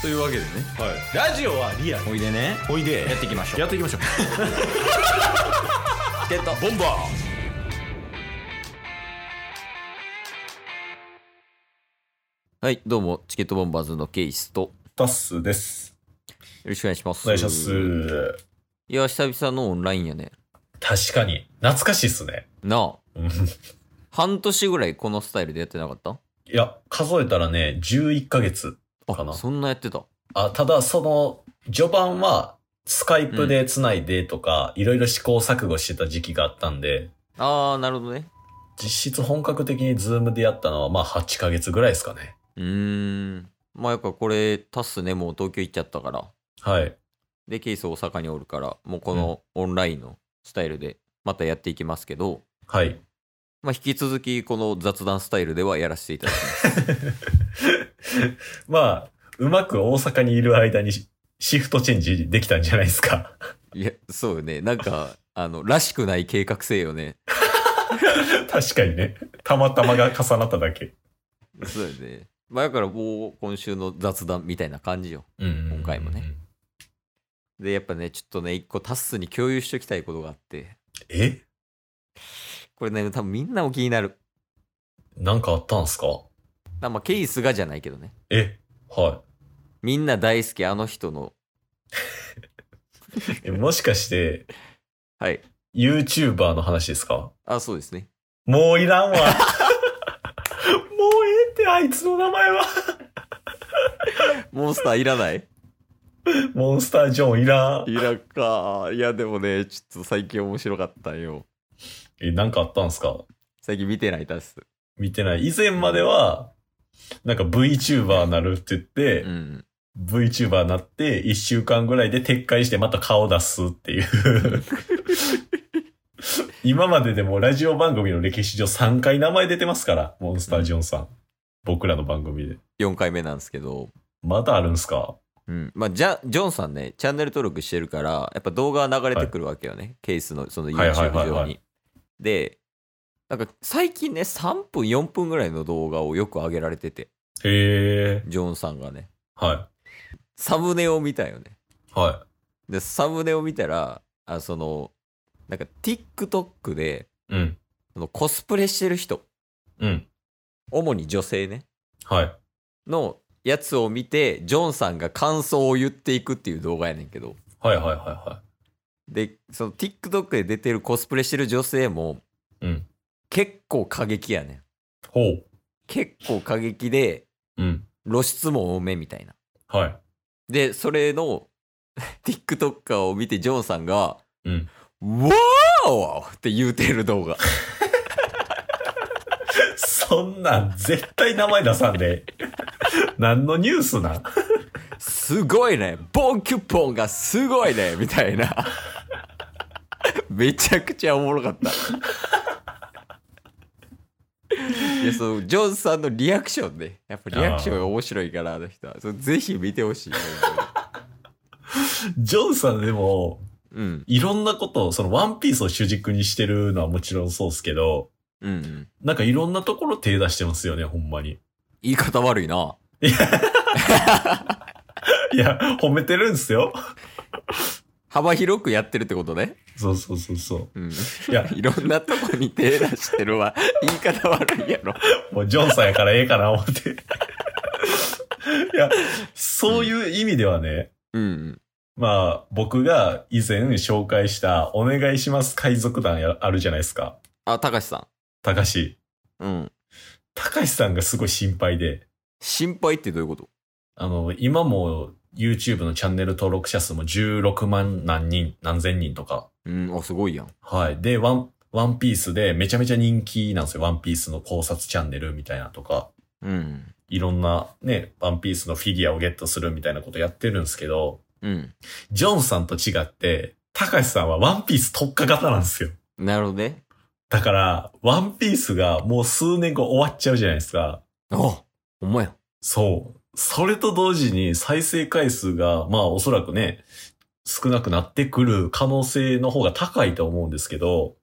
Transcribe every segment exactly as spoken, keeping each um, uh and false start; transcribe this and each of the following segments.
というわけでね、 はい、ラジオはリアル。 おいでね、 おいでやっていきましょう。 やっていきましょう。 ゲットボンバー。 はい、どうもチケットボンバーズのケイスとタッスです。 よろしくお願いします。 お願いします。 いや、久々のオンラインやね。 確かに懐かしいっすね。 なあ半年ぐらいこのスタイルでやってなかった？ いや、数えたらねじゅういっかげつかな。 あ、そんなやってた。 あ、ただその序盤はスカイプでつないでとか、いろいろ試行錯誤してた時期があったんで。 あー、なるほどね。 実質本格的にズームでやったのはまあはちかげつぐらいですかね。 うーん。まあやっぱこれタスね、もう東京行っちゃったから。 はい。 で、ケイス大阪におるから、もうこのオンラインのスタイルでまたやっていきますけど、 はい。 まあ引き続きこの雑談スタイルではやらせていただきます。 まあ、うまく大阪にいる間にシフトチェンジできたんじゃないですか。 いや、そうよね。なんか、あの、らしくない計画性よね。 確かにね。たまたまが重なっただけ。 そうよね。まあだからもう今週の雑談みたいな感じよ。 うんうんうんうん、 今回もね。で、やっぱね、ちょっとね、一個タスに共有しておきたいことがあって。 え？ これね、多分みんなも気になる。 なんかあったんすか？ まあ、ケースがじゃないけどね。 え？はい。 みんな大好きあの人の。 え、もしかして、 はい。 YouTuber の話ですか？ あ、そうですね。 もういらんわ。もうええって、あいつの名前は。 モンスターいらない？ モンスタージョーンいらん。 いらんか。いや、でもね、ちょっと最近面白かったんよ。 え、なんかあったんすか？ 最近見てないタス。 見てない。以前までは、なんか VTuber なるって言って、 うん、 VTuber なっていっしゅうかんぐらいで撤回してまた顔出すっていう。今まででもラジオ番組の歴史上さんかい名前出てますから、モンスタージョンさん。うん、僕らの番組で。 よんかいめなんですけど。 まだあるんすか？ うん。まあ、じゃ、ジョンさんね、チャンネル登録してるから、やっぱ動画が流れてくるわけよね。はい、ケースのその YouTube 上に。で、なんか最近ね、さんぷん、よんぷんぐらいの動画をよく上げられてて。 へー。 ジョンさんがね。 はい。 サムネを見たよね。 はい。 で、サムネを見たら、あ、その、なんか TikTok で、 うん。 そのコスプレしてる人。 うん。 主に女性ね。 はい。 のやつを見て、ジョンさんが感想を言っていくっていう動画やねんけど。 はいはいはいはい。 で、その TikTok で出てるコスプレしてる女性も、 うん。 結構過激やねん。 ほう。 結構過激で、 うん。 露出も多めみたいな。 はい。 で、それの TikToker を見てジョンさんが、 うん。 ワーって言うてる動画。 そんなん絶対名前出さんで。何のニュースなん？ すごいね。ボンキュッポンがすごいね。みたいな。めちゃくちゃおもろかった。いや、そう、ジョンさんのリアクションね。やっぱリアクションが面白いから、あの人は。そうぜひ見てほしい。 ジョンさんでも、 うん。 いろんなことを、そのワンピースを主軸にしてるのはもちろんそうですけど、 うん、うん。 なんかいろんなところ手出してますよね、ほんまに。 言い方悪いな。 いや、いや褒めてるんすよ。 幅広くやってるってことね。 そうそうそうそう。 うん。 いや、 いろんなとこに手出してるわ。言い方悪いやろ。 もうジョンさんやからええかな思って。いや、そういう意味ではね、 うん、うん。 まあ、僕が以前紹介したお願いします海賊団やあるじゃないですか。 あ、たかしさたかし。 ん。うん。 たかしさんがすごい心配で。 心配ってどういうこと？ あの、今も YouTube のチャンネル登録者数もじゅうろくまん何人、何千人とか。 うん、あ、すごいやん。 はい。で、ワン、ワンピースでめちゃめちゃ人気なんですよ。ワンピースの考察チャンネルみたいなとか。 うん。 いろんなね、ワンピースのフィギュアをゲットするみたいなことやってるんですけど、 うん。 ジョンさんと違って、たかしさんはワンピース特化型なんですよ。 なるほどね。 だから、ワンピースがもう数年後終わっちゃうじゃないですか。 あ、ほんまや。 そう。それと同時に再生回数が、まあおそらくね、少なくなってくる可能性の方が高いと思うんですけど、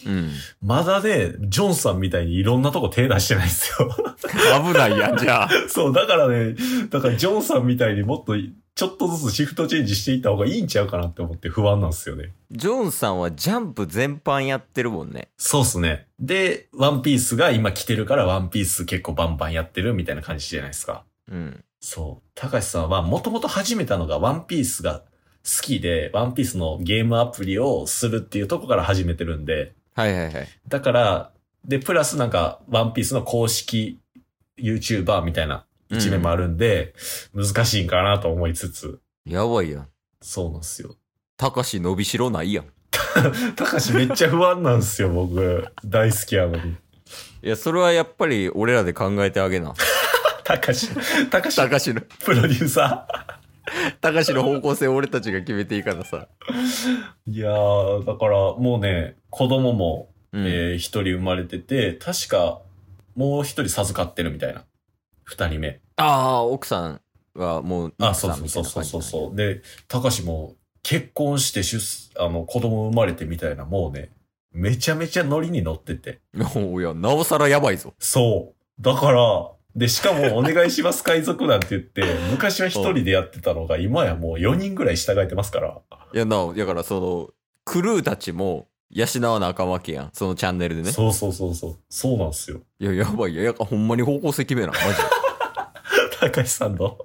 うん。 まだね、ジョンさんみたいにいろんなとこ手出してないんですよ。 危ないやん、じゃあ。 そう、だからね、だからジョンさんみたいにもっとちょっとずつシフトチェンジしていった方がいいんちゃうかなって思って不安なんですよね。 ジョンさんはジャンプ全般やってるもんね。 そうっすね。で、ワンピースが今来てるからワンピース結構バンバンやってるみたいな感じじゃないですか。 うん。 そう。高橋さんはもともと始めたのがワンピースが好きで、ワンピースのゲームアプリをするっていうとこから始めてるんで。 はいはいはい。 だから、で、プラスなんかワンピースの公式 YouTuber みたいな一面もあるんで、うん、難しいんかなと思いつつ。 やばいやん。 そうなんですよ。 たかし伸びしろないやん。 たかしめっちゃ不安なんですよ、僕。大好きやのに。 いや、それはやっぱり俺らで考えてあげな。 たかし、たかし、 たかしの、 プロデューサー。 たかしの方向性を俺たちが決めていいからさ。 いやー、だからもうね、子供も、 うん、 えー、一人生まれてて、確かもう一人授かってるみたいな。二人目。 ああ、奥さんはもう、 あ、そうそうそうそうそうそう。で、たかしも結婚して出、あの、子供生まれてみたいな、もうね、めちゃめちゃノリに乗ってて。 おや、なおさらやばいぞ。 そう。だから、で、しかも、お願いします海賊団って言って、昔は一人でやってたのが、今やもうよにんぐらい従えてますから。 いや、な、だからその、クルーたちも、養わなあかんわけやん。そのチャンネルでね。 そうそうそうそう。そうなんですよ。 いや、やばいや。いや、ほんまに方向性決めな。マジで。 高橋さんの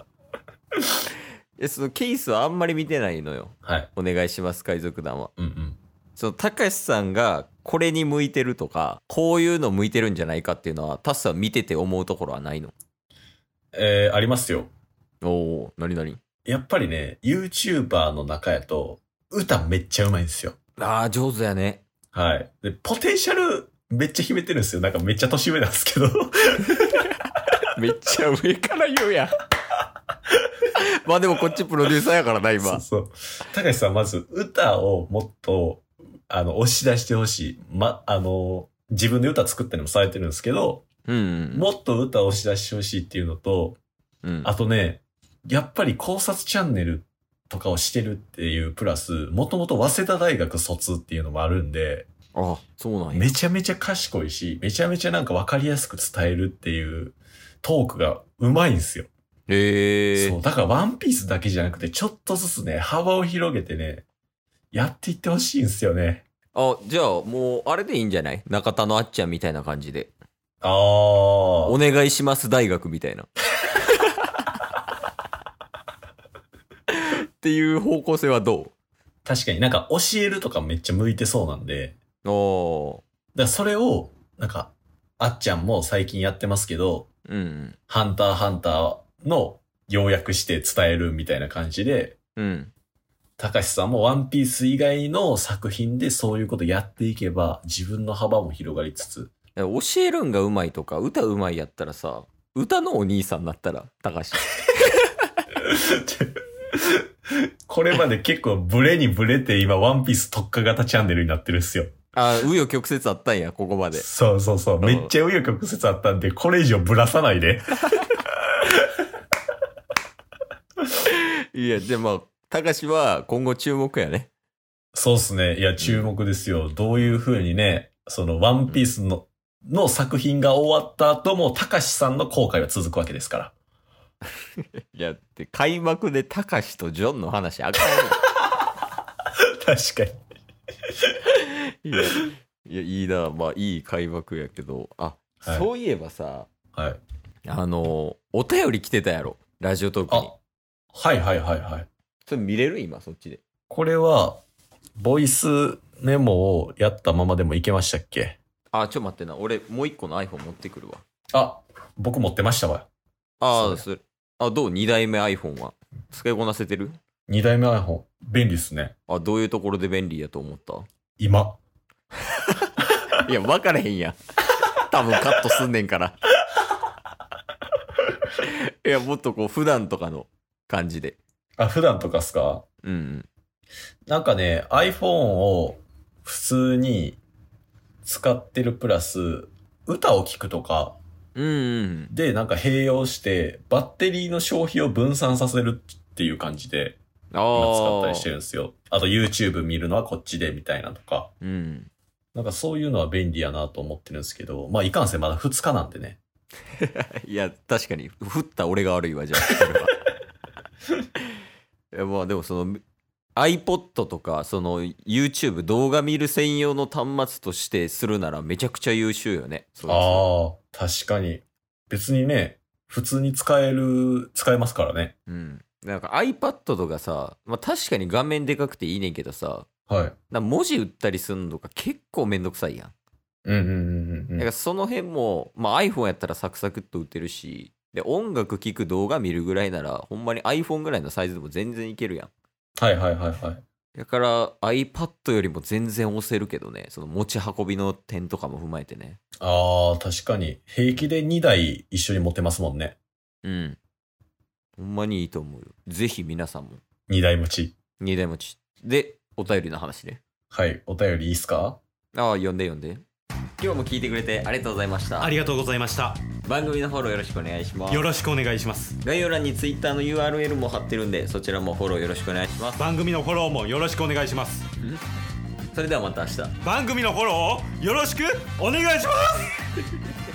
え、そのケースはあんまり見てないのよ。 はい。 お願いします海賊団は。 うんうん。 その、高橋さんが、これに向いてるとか、こういうの向いてるんじゃないかっていうのは、タスさん見てて思うところはないの？ えー、ありますよ。 おー、なになに？ やっぱりね、YouTuber の中やと、歌めっちゃうまいんですよ。 あー、上手やね。 はい。で、ポテンシャルめっちゃ秘めてるんですよ。なんかめっちゃ年上なんですけど。 めっちゃ上から言うやん。まあでもこっちプロデューサーやからな、今。 そうそう。高橋さん、まず歌をもっと、あの、押し出してほしい。ま、あの、自分で歌作ったりもされてるんですけど、 うん、うん。 もっと歌を押し出してほしいっていうのと、 うん、 あとね、やっぱり考察チャンネルとかをしてるっていうプラス、もともと早稲田大学卒っていうのもあるんで、 あ、そうなんや。 めちゃめちゃ賢いし、めちゃめちゃなんかわかりやすく伝えるっていうトークがうまいんですよ。 へえ。 そう。だからワンピースだけじゃなくて、ちょっとずつね、幅を広げてね、やっていってほしいんですよね。 あ、じゃあもう、あれでいいんじゃない？中田のあっちゃんみたいな感じで。 ああ。 お願いします大学みたいな。っていう方向性はどう？ 確かになんか教えるとかめっちゃ向いてそうなんで。 おー。 だからそれを、なんか、あっちゃんも最近やってますけど、 うん。 ハンターハンターの要約して伝えるみたいな感じで、 うん。 高橋さんもワンピース以外の作品でそういうことやっていけば、自分の幅も広がりつつ。 教えるんがうまいとか、歌うまいやったらさ、歌のお兄さんになったら、高橋。 これまで結構ブレにブレて今ワンピース特化型チャンネルになってるんですよ。 あ、紆余曲折あったんや、ここまで。 そうそうそう。めっちゃ紆余曲折あったんで、これ以上ブラさないで。 いや、でも、高橋は今後注目やね。 そうっすね。いや、注目ですよ。うん、どういう風にね、そのワンピースの、の作品が終わった後も、高橋さんの後悔は続くわけですから。 いや、で、開幕で高橋とジョンの話あかんよ。 確かに。いや、いや、いいな。まあ、いい開幕やけど。あ、はい、そういえばさ、 はい。 あの、お便り来てたやろ。ラジオトークに。 はいはいはいはい。 それ見れる？今、そっちで。 これは、ボイスメモをやったままでもいけましたっけ？ あ、ちょっと待ってな。俺、もう一個の iPhone 持ってくるわ。 あ、僕持ってましたわ。 ああ、それ。あ、どう？ に 代目 iPhone は。使いこなせてる？ に 代目 iPhone。便利っすね。 あ、どういうところで便利やと思った？ 今。 いや、分からへんやん。多分カットすんねんから。いや、もっとこう、普段とかの感じで。 あ、普段とかっすか？ うん、うん。 なんかね、iPhone を普通に使ってるプラス、歌を聴くとか、 うんうん、 で、なんか併用して、バッテリーの消費を分散させるっていう感じで、今使ったりしてるんですよ。あと YouTube 見るのはこっちでみたいなとか。 うん。 なんかそういうのは便利やなと思ってるんですけど、まあいかんせんまだふつかなんでね。 いや、確かに、振った俺が悪いわ、じゃあ、それは。いや、まあでもその、iPod とか、その YouTube 動画見る専用の端末としてするならめちゃくちゃ優秀よね。そいつああ、確かに。別にね、普通に使える、使えますからね。 うん。なんか iPad とかさ、まあ確かに画面でかくていいねんけどさ、 はい。 な文字打ったりするのとか結構めんどくさいやん。 うんうんうんうんうん。 だからその辺も、まあ、iPhone やったらサクサクっと打てるし、で音楽聴く動画見るぐらいならほんまに iPhone ぐらいのサイズでも全然いけるやん。 はいはいはいはい。 だから iPad よりも全然押せるけどね、その持ち運びの点とかも踏まえてね。 ああ、確かに。平気でにだい一緒に持てますもんね。 うん。ほんまにいいと思うよ。ぜひ皆さんも。 にだい持ち。 にだい持ち。で、お便りの話ね。 はい。お便りいいっすか？ ああ、読んで読んで。今日も聞いてくれてありがとうございました。 ありがとうございました。 番組のフォローよろしくお願いします。 よろしくお願いします。 概要欄に Twitter の ユーアールエル も貼ってるんで、そちらもフォローよろしくお願いします。 番組のフォローもよろしくお願いします。 それではまた明日。 番組のフォローをよろしくお願いします。